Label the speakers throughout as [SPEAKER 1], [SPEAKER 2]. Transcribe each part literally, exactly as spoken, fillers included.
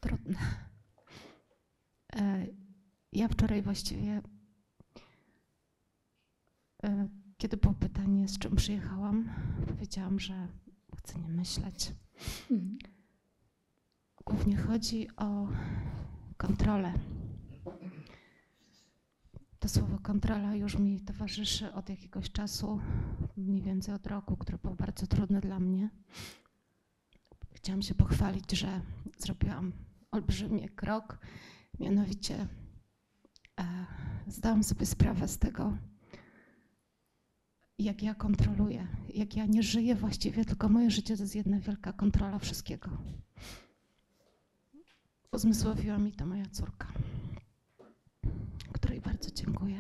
[SPEAKER 1] trudne. Ja wczoraj właściwie, kiedy było pytanie, z czym przyjechałam, powiedziałam, że chcę nie myśleć. Mhm. Głównie chodzi o kontrolę. To słowo kontrola już mi towarzyszy od jakiegoś czasu, mniej więcej od roku, który był bardzo trudny dla mnie. Chciałam się pochwalić, że zrobiłam olbrzymi krok, mianowicie e, zdałam sobie sprawę z tego, jak ja kontroluję, jak ja nie żyję właściwie, tylko moje życie to jest jedna wielka kontrola wszystkiego. Uzmysłowiła mi to moja córka, której bardzo dziękuję.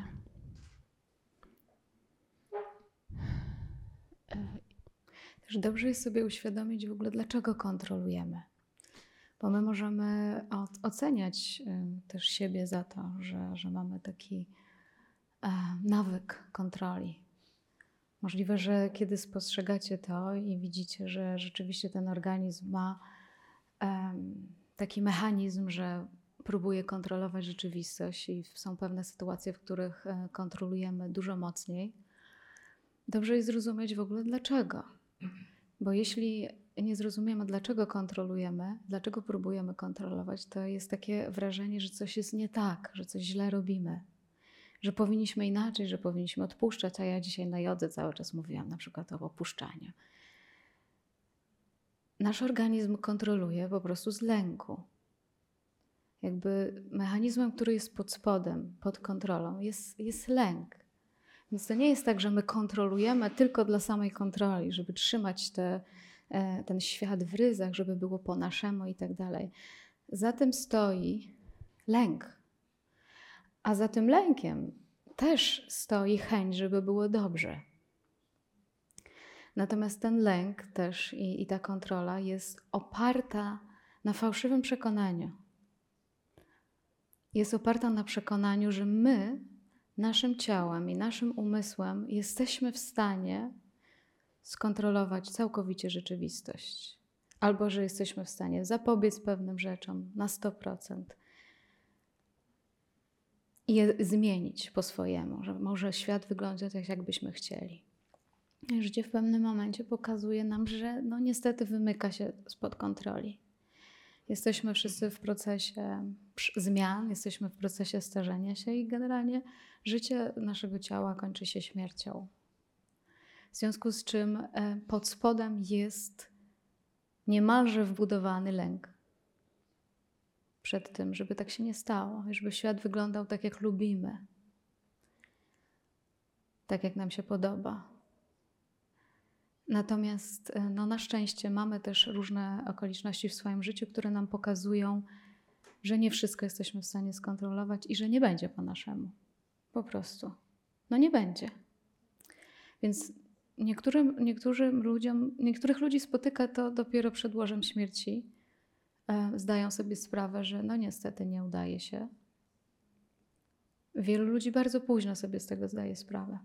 [SPEAKER 2] Też dobrze jest sobie uświadomić w ogóle, dlaczego kontrolujemy. Bo my możemy oceniać też siebie za to, że, że mamy taki nawyk kontroli. Możliwe, że kiedy spostrzegacie to i widzicie, że rzeczywiście ten organizm ma taki mechanizm, że próbuje kontrolować rzeczywistość i są pewne sytuacje, w których kontrolujemy dużo mocniej, dobrze jest zrozumieć w ogóle dlaczego. Bo jeśli nie zrozumiemy, dlaczego kontrolujemy, dlaczego próbujemy kontrolować, to jest takie wrażenie, że coś jest nie tak, że coś źle robimy, że powinniśmy inaczej, że powinniśmy odpuszczać, a ja dzisiaj na jodze cały czas mówiłam na przykład o opuszczaniu. Nasz organizm kontroluje po prostu z lęku. Jakby mechanizmem, który jest pod spodem, pod kontrolą, jest, jest lęk. Więc to nie jest tak, że my kontrolujemy tylko dla samej kontroli, żeby trzymać te, ten świat w ryzach, żeby było po naszemu i tak dalej. Za tym stoi lęk. A za tym lękiem też stoi chęć, żeby było dobrze. Natomiast ten lęk też i, i ta kontrola jest oparta na fałszywym przekonaniu. Jest oparta na przekonaniu, że my naszym ciałem i naszym umysłem jesteśmy w stanie skontrolować całkowicie rzeczywistość. Albo że jesteśmy w stanie zapobiec pewnym rzeczom na sto procent i je zmienić po swojemu, że może świat wygląda tak, jakbyśmy chcieli. Życie w pewnym momencie pokazuje nam, że no niestety wymyka się spod kontroli. Jesteśmy wszyscy w procesie zmian, jesteśmy w procesie starzenia się i generalnie życie naszego ciała kończy się śmiercią. W związku z czym pod spodem jest niemalże wbudowany lęk przed tym, żeby tak się nie stało, żeby świat wyglądał tak, jak lubimy, tak, jak nam się podoba. Natomiast no, na szczęście mamy też różne okoliczności w swoim życiu, które nam pokazują, że nie wszystko jesteśmy w stanie skontrolować i że nie będzie po naszemu. Po prostu. No nie będzie. Więc niektórym, niektórym ludziom, niektórych ludzi spotyka to dopiero przed łożem śmierci. E, zdają sobie sprawę, że no niestety nie udaje się. Wielu ludzi bardzo późno sobie z tego zdaje sprawę.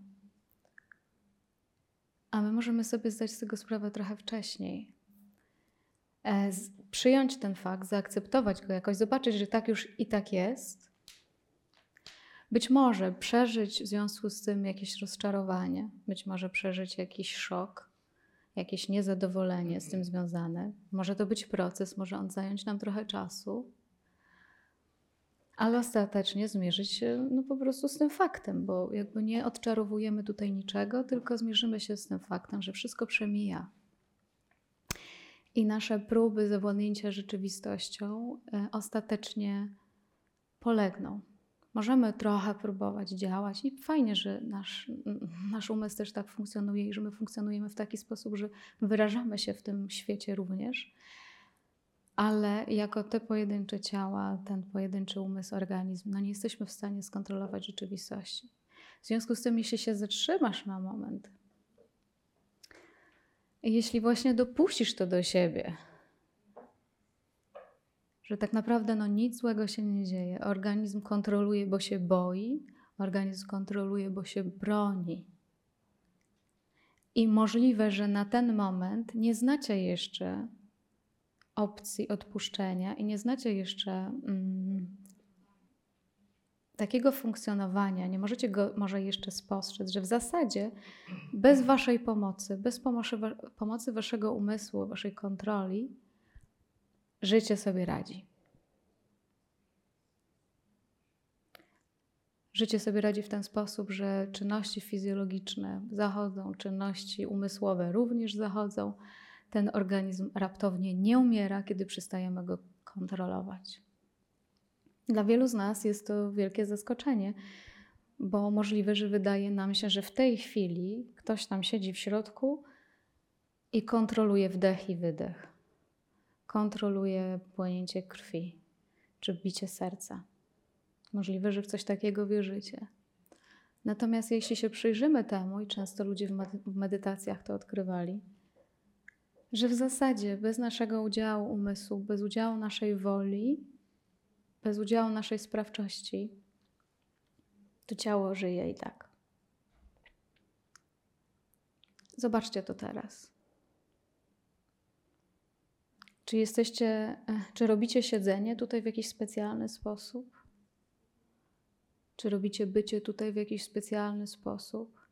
[SPEAKER 2] A my możemy sobie zdać z tego sprawę trochę wcześniej. E, z, przyjąć ten fakt, zaakceptować go jakoś, zobaczyć, że tak już i tak jest. Być może przeżyć w związku z tym jakieś rozczarowanie, być może przeżyć jakiś szok, jakieś niezadowolenie z tym związane. Może to być proces, może on zająć nam trochę czasu, ale ostatecznie zmierzyć się no, po prostu z tym faktem, bo jakby nie odczarowujemy tutaj niczego, tylko zmierzymy się z tym faktem, że wszystko przemija. I nasze próby zawładnięcia rzeczywistością y, ostatecznie polegną. Możemy trochę próbować działać i fajnie, że nasz, nasz umysł też tak funkcjonuje i że my funkcjonujemy w taki sposób, że wyrażamy się w tym świecie również, ale jako te pojedyncze ciała, ten pojedynczy umysł, organizm, no nie jesteśmy w stanie skontrolować rzeczywistości. W związku z tym, jeśli się zatrzymasz na moment, jeśli właśnie dopuścisz to do siebie, że tak naprawdę no nic złego się nie dzieje. Organizm kontroluje, bo się boi. Organizm kontroluje, bo się broni. I możliwe, że na ten moment nie znacie jeszcze opcji odpuszczenia i nie znacie jeszcze mm, takiego funkcjonowania, nie możecie go może jeszcze spostrzec, że w zasadzie bez waszej pomocy, bez pomocy, pomocy waszego umysłu, waszej kontroli, życie sobie radzi. Życie sobie radzi w ten sposób, że czynności fizjologiczne zachodzą, czynności umysłowe również zachodzą. Ten organizm raptownie nie umiera, kiedy przestajemy go kontrolować. Dla wielu z nas jest to wielkie zaskoczenie, bo możliwe, że wydaje nam się, że w tej chwili ktoś tam siedzi w środku i kontroluje wdech i wydech. Kontroluje płynięcie krwi czy bicie serca. Możliwe, że w coś takiego wierzycie. Natomiast jeśli się przyjrzymy temu, i często ludzie w medytacjach to odkrywali, że w zasadzie bez naszego udziału umysłu, bez udziału naszej woli, bez udziału naszej sprawczości, to ciało żyje i tak. Zobaczcie to teraz. Czy jesteście, czy robicie siedzenie tutaj w jakiś specjalny sposób? Czy robicie bycie tutaj w jakiś specjalny sposób?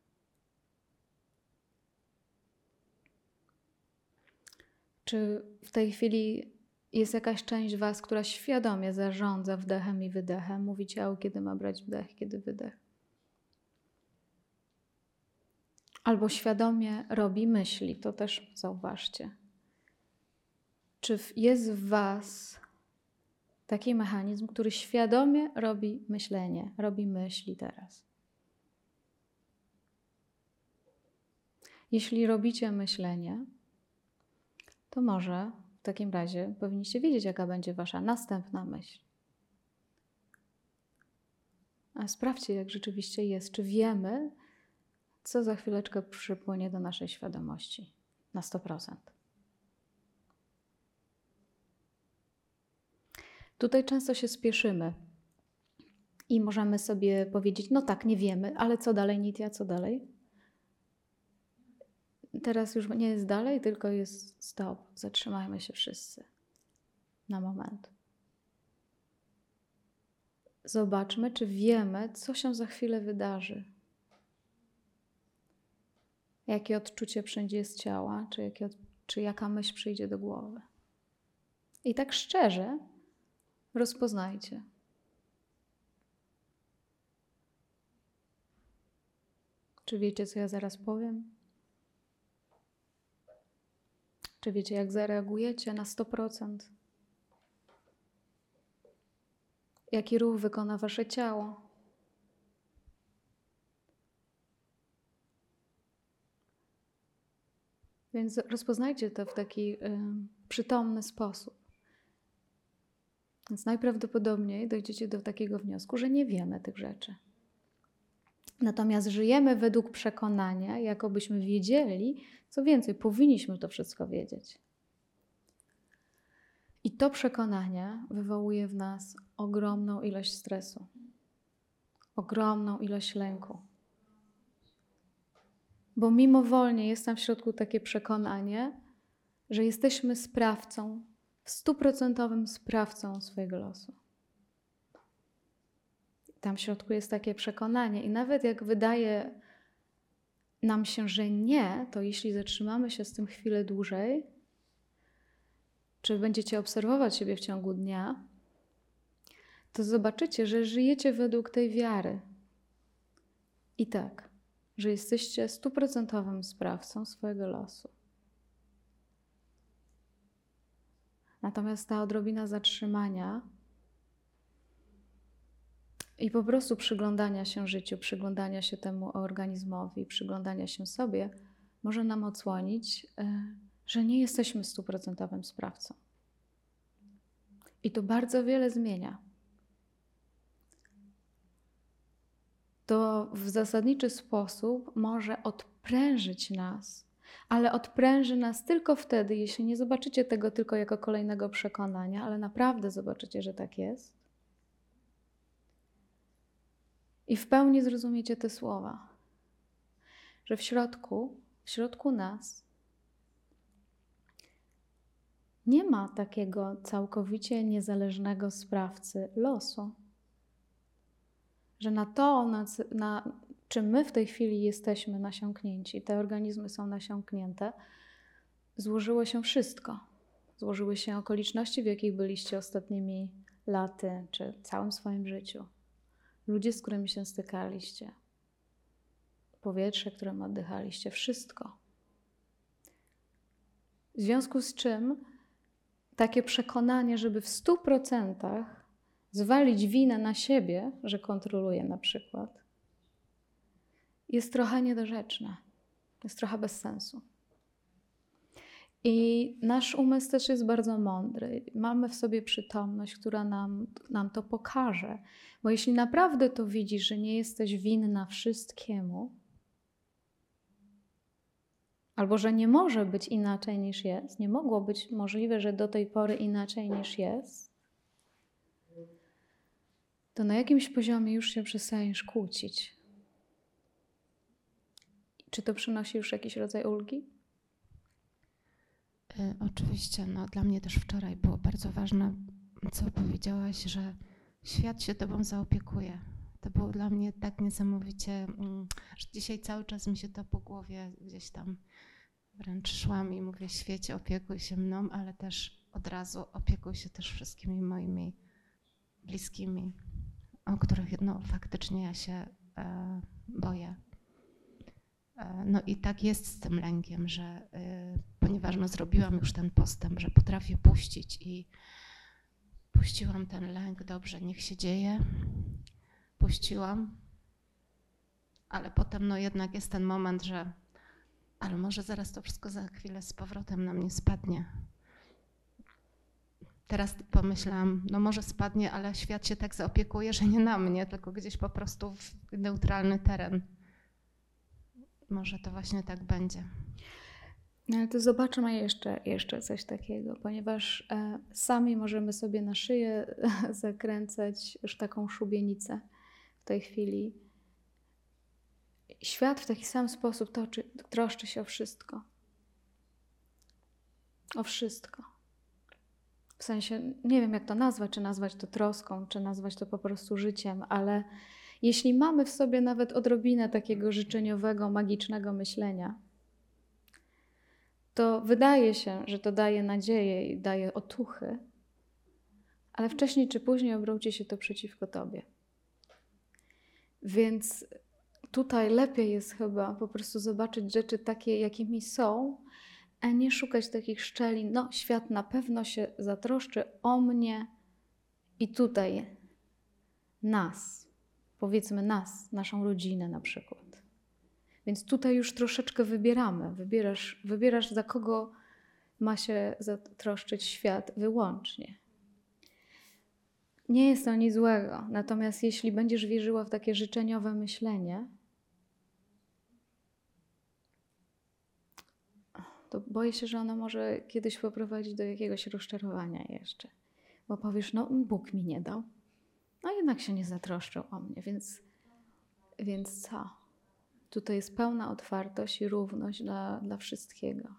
[SPEAKER 2] Czy w tej chwili jest jakaś część was, która świadomie zarządza wdechem i wydechem? Mówi ciału, kiedy ma brać wdech, kiedy wydech. Albo świadomie robi myśli, to też zauważcie. Czy jest w was taki mechanizm, który świadomie robi myślenie, robi myśli teraz? Jeśli robicie myślenie, to może w takim razie powinniście wiedzieć, jaka będzie wasza następna myśl. A sprawdźcie, jak rzeczywiście jest, czy wiemy, co za chwileczkę przypłynie do naszej świadomości na sto procent. Tutaj często się spieszymy i możemy sobie powiedzieć, no tak, nie wiemy, ale co dalej, Nitya, co dalej? Teraz już nie jest dalej, tylko jest stop. Zatrzymajmy się wszyscy na moment. Zobaczmy, czy wiemy, co się za chwilę wydarzy. Jakie odczucie przyjdzie z ciała, czy, jakie, czy jaka myśl przyjdzie do głowy. I tak szczerze rozpoznajcie. Czy wiecie, co ja zaraz powiem? Czy wiecie, jak zareagujecie na sto procent? Jaki ruch wykona wasze ciało? Więc rozpoznajcie to w taki y, przytomny sposób. Więc najprawdopodobniej dojdziecie do takiego wniosku, że nie wiemy tych rzeczy. Natomiast żyjemy według przekonania, jakobyśmy wiedzieli, co więcej, powinniśmy to wszystko wiedzieć. I to przekonanie wywołuje w nas ogromną ilość stresu, ogromną ilość lęku. Bo mimowolnie jest tam w środku takie przekonanie, że jesteśmy sprawcą, stuprocentowym sprawcą swojego losu. Tam w środku jest takie przekonanie i nawet jak wydaje nam się, że nie, to jeśli zatrzymamy się z tym chwilę dłużej, czy będziecie obserwować siebie w ciągu dnia, to zobaczycie, że żyjecie według tej wiary. I tak, że jesteście stuprocentowym sprawcą swojego losu. Natomiast ta odrobina zatrzymania i po prostu przyglądania się życiu, przyglądania się temu organizmowi, przyglądania się sobie, może nam odsłonić, że nie jesteśmy stuprocentowym sprawcą. I to bardzo wiele zmienia. To w zasadniczy sposób może odprężyć nas, ale odpręży nas tylko wtedy, jeśli nie zobaczycie tego tylko jako kolejnego przekonania, ale naprawdę zobaczycie, że tak jest. I w pełni zrozumiecie te słowa, że w środku, w środku nas Nie ma takiego całkowicie niezależnego sprawcy losu. Że na to, na, na czym my w tej chwili jesteśmy nasiąknięci, te organizmy są nasiąknięte, złożyło się wszystko. Złożyły się okoliczności, w jakich byliście ostatnimi laty, czy całym swoim życiu. Ludzie, z którymi się stykaliście. Powietrze, którym oddychaliście. Wszystko. W związku z czym takie przekonanie, żeby w stu procentach zwalić winę na siebie, że kontroluje na przykład, jest trochę niedorzeczne. Jest trochę bez sensu. I nasz umysł też jest bardzo mądry. Mamy w sobie przytomność, która nam, nam to pokaże. Bo jeśli naprawdę to widzisz, że nie jesteś winna wszystkiemu, albo że nie może być inaczej niż jest, nie mogło być możliwe, że do tej pory inaczej niż jest, to na jakimś poziomie już się przestajesz kłócić. Czy to przynosi już jakiś rodzaj ulgi?
[SPEAKER 1] Y, oczywiście, no dla mnie też wczoraj było bardzo ważne, co powiedziałaś, że świat się tobą zaopiekuje. To było dla mnie tak niesamowicie, mm, że dzisiaj cały czas mi się to po głowie gdzieś tam wręcz szłam i mówię, świecie, opiekuj się mną, ale też od razu opiekuj się też wszystkimi moimi bliskimi, o których no faktycznie ja się e, boję. E, no i tak jest z tym lękiem, że e, ponieważ no, zrobiłam już ten postęp, że potrafię puścić i puściłam ten lęk, dobrze, niech się dzieje, puściłam, ale potem no jednak jest ten moment, że ale może zaraz to wszystko za chwilę z powrotem na mnie spadnie. Teraz pomyślałam, no może spadnie, ale świat się tak zaopiekuje, że nie na mnie, tylko gdzieś po prostu w neutralny teren. Może to właśnie tak będzie.
[SPEAKER 2] No ale to zobaczmy jeszcze, jeszcze coś takiego, ponieważ e, sami możemy sobie na szyję zakręcać już taką szubienicę w tej chwili. Świat w taki sam sposób toczy, troszczy się o wszystko. O wszystko. W sensie, nie wiem jak to nazwać, czy nazwać to troską, czy nazwać to po prostu życiem, ale jeśli mamy w sobie nawet odrobinę takiego życzeniowego, magicznego myślenia, to wydaje się, że to daje nadzieję i daje otuchy, ale wcześniej czy później obróci się to przeciwko tobie. Więc tutaj lepiej jest chyba po prostu zobaczyć rzeczy takie, jakimi są, a nie szukać takich szczelin. No, świat na pewno się zatroszczy o mnie i tutaj nas, powiedzmy nas, naszą rodzinę na przykład. Więc tutaj już troszeczkę wybieramy. Wybierasz, wybierasz za kogo ma się zatroszczyć świat wyłącznie. Nie jest to nic złego. Natomiast jeśli będziesz wierzyła w takie życzeniowe myślenie, to boję się, że ono może kiedyś poprowadzić do jakiegoś rozczarowania jeszcze. Bo powiesz, no Bóg mi nie dał. No jednak się nie zatroszczył o mnie, więc, więc co? Tutaj jest pełna otwartość i równość dla, dla wszystkiego.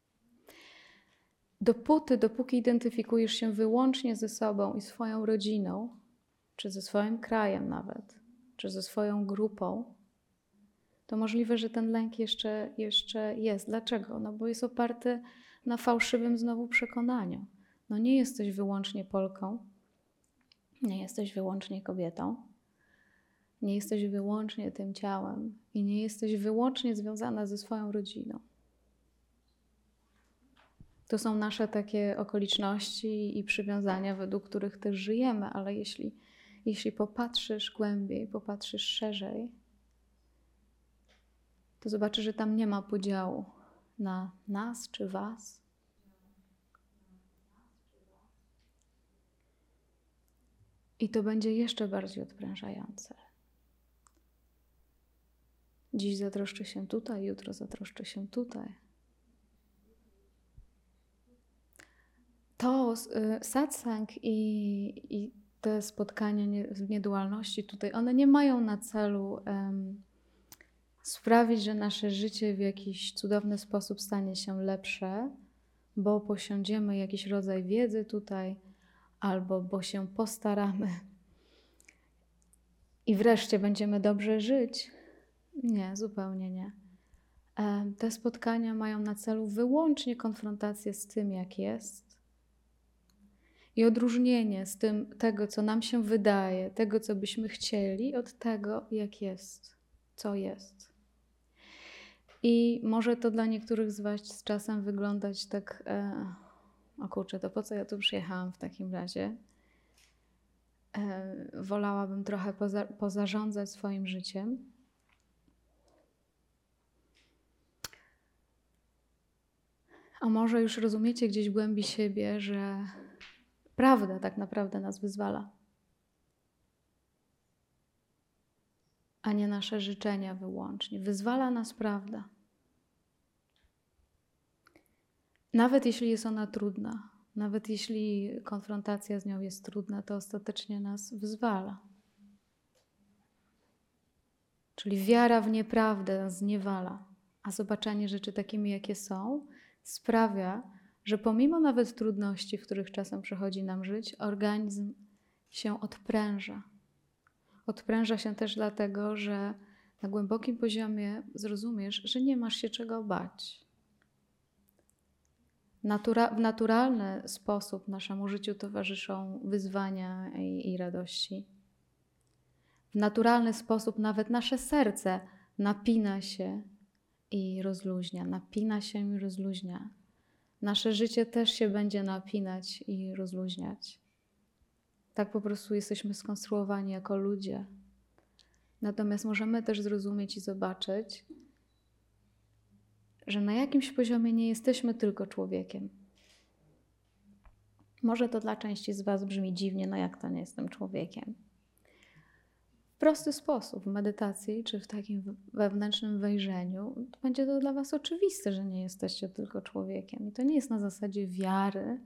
[SPEAKER 2] Dopóty, dopóki identyfikujesz się wyłącznie ze sobą i swoją rodziną, czy ze swoim krajem nawet, czy ze swoją grupą, to możliwe, że ten lęk jeszcze, jeszcze jest. Dlaczego? No bo jest oparty na fałszywym znowu przekonaniu. No nie jesteś wyłącznie Polką, nie jesteś wyłącznie kobietą, nie jesteś wyłącznie tym ciałem i nie jesteś wyłącznie związana ze swoją rodziną. To są nasze takie okoliczności i przywiązania, według których też żyjemy, ale jeśli, jeśli popatrzysz głębiej, popatrzysz szerzej, to zobaczysz, że tam nie ma podziału na nas czy was. I to będzie jeszcze bardziej odprężające. Dziś zatroszczę się tutaj, jutro zatroszczę się tutaj. To y, satsang i, i te spotkania nie, w niedualności tutaj, one nie mają na celu um, sprawić, że nasze życie w jakiś cudowny sposób stanie się lepsze, bo posiądziemy jakiś rodzaj wiedzy tutaj, albo bo się postaramy i wreszcie będziemy dobrze żyć. Nie, zupełnie nie. Te spotkania mają na celu wyłącznie konfrontację z tym, jak jest i odróżnienie z tym, tego, co nam się wydaje, tego, co byśmy chcieli, od tego, jak jest, co jest. I może to dla niektórych z Was z czasem wyglądać tak, e, o kurczę, to po co ja tu przyjechałam w takim razie? E, wolałabym trochę poza, pozarządzać swoim życiem. A może już rozumiecie gdzieś w głębi siebie, że prawda tak naprawdę nas wyzwala, a nie nasze życzenia wyłącznie. Wyzwala nas prawda. Nawet jeśli jest ona trudna, nawet jeśli konfrontacja z nią jest trudna, to ostatecznie nas wyzwala. Czyli wiara w nieprawdę nas zniewala, a zobaczenie rzeczy takimi, jakie są, sprawia, że pomimo nawet trudności, w których czasem przychodzi nam żyć, organizm się odpręża. Odpręża się też dlatego, że na głębokim poziomie zrozumiesz, że nie masz się czego bać. Natura- w naturalny sposób naszemu życiu towarzyszą wyzwania i, i radości. W naturalny sposób nawet nasze serce napina się i rozluźnia, napina się i rozluźnia. Nasze życie też się będzie napinać i rozluźniać. Tak po prostu jesteśmy skonstruowani jako ludzie. Natomiast możemy też zrozumieć i zobaczyć, że na jakimś poziomie nie jesteśmy tylko człowiekiem. Może to dla części z Was brzmi dziwnie, no jak to nie jestem człowiekiem? W prosty sposób, w medytacji czy w takim wewnętrznym wejrzeniu, to będzie to dla Was oczywiste, że nie jesteście tylko człowiekiem. I to nie jest na zasadzie wiary,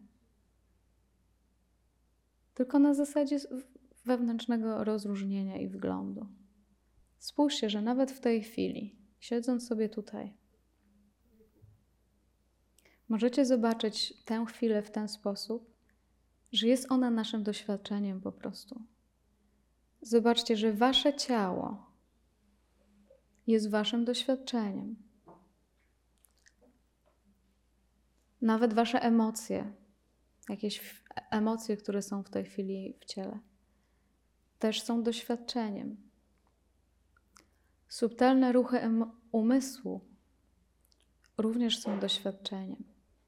[SPEAKER 2] tylko na zasadzie wewnętrznego rozróżnienia i wglądu. Spójrzcie, że nawet w tej chwili, siedząc sobie tutaj, możecie zobaczyć tę chwilę w ten sposób, że jest ona naszym doświadczeniem po prostu. Zobaczcie, że Wasze ciało jest Waszym doświadczeniem. Nawet Wasze emocje, jakieś emocje, które są w tej chwili w ciele, też są doświadczeniem. Subtelne ruchy emo- umysłu również są doświadczeniem.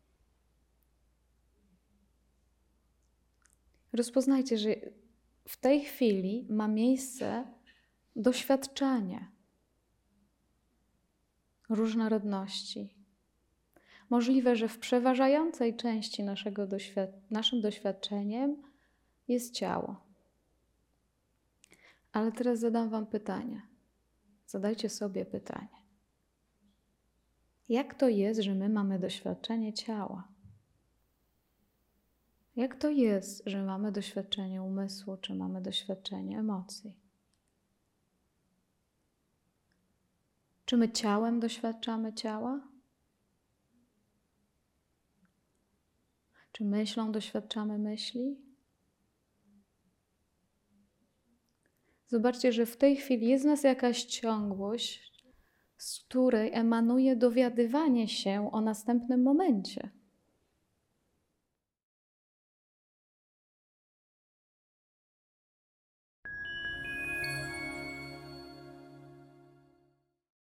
[SPEAKER 2] Rozpoznajcie, że w tej chwili ma miejsce doświadczenie różnorodności. Możliwe, że w przeważającej części naszego doświad- naszym doświadczeniem jest ciało. Ale teraz zadam Wam pytanie. Zadajcie sobie pytanie. Jak to jest, że my mamy doświadczenie ciała? Jak to jest, że mamy doświadczenie umysłu, czy mamy doświadczenie emocji? Czy my ciałem doświadczamy ciała? Czy myślą doświadczamy myśli? Zobaczcie, że w tej chwili jest w nas jakaś ciągłość, z której emanuje dowiadywanie się o następnym momencie.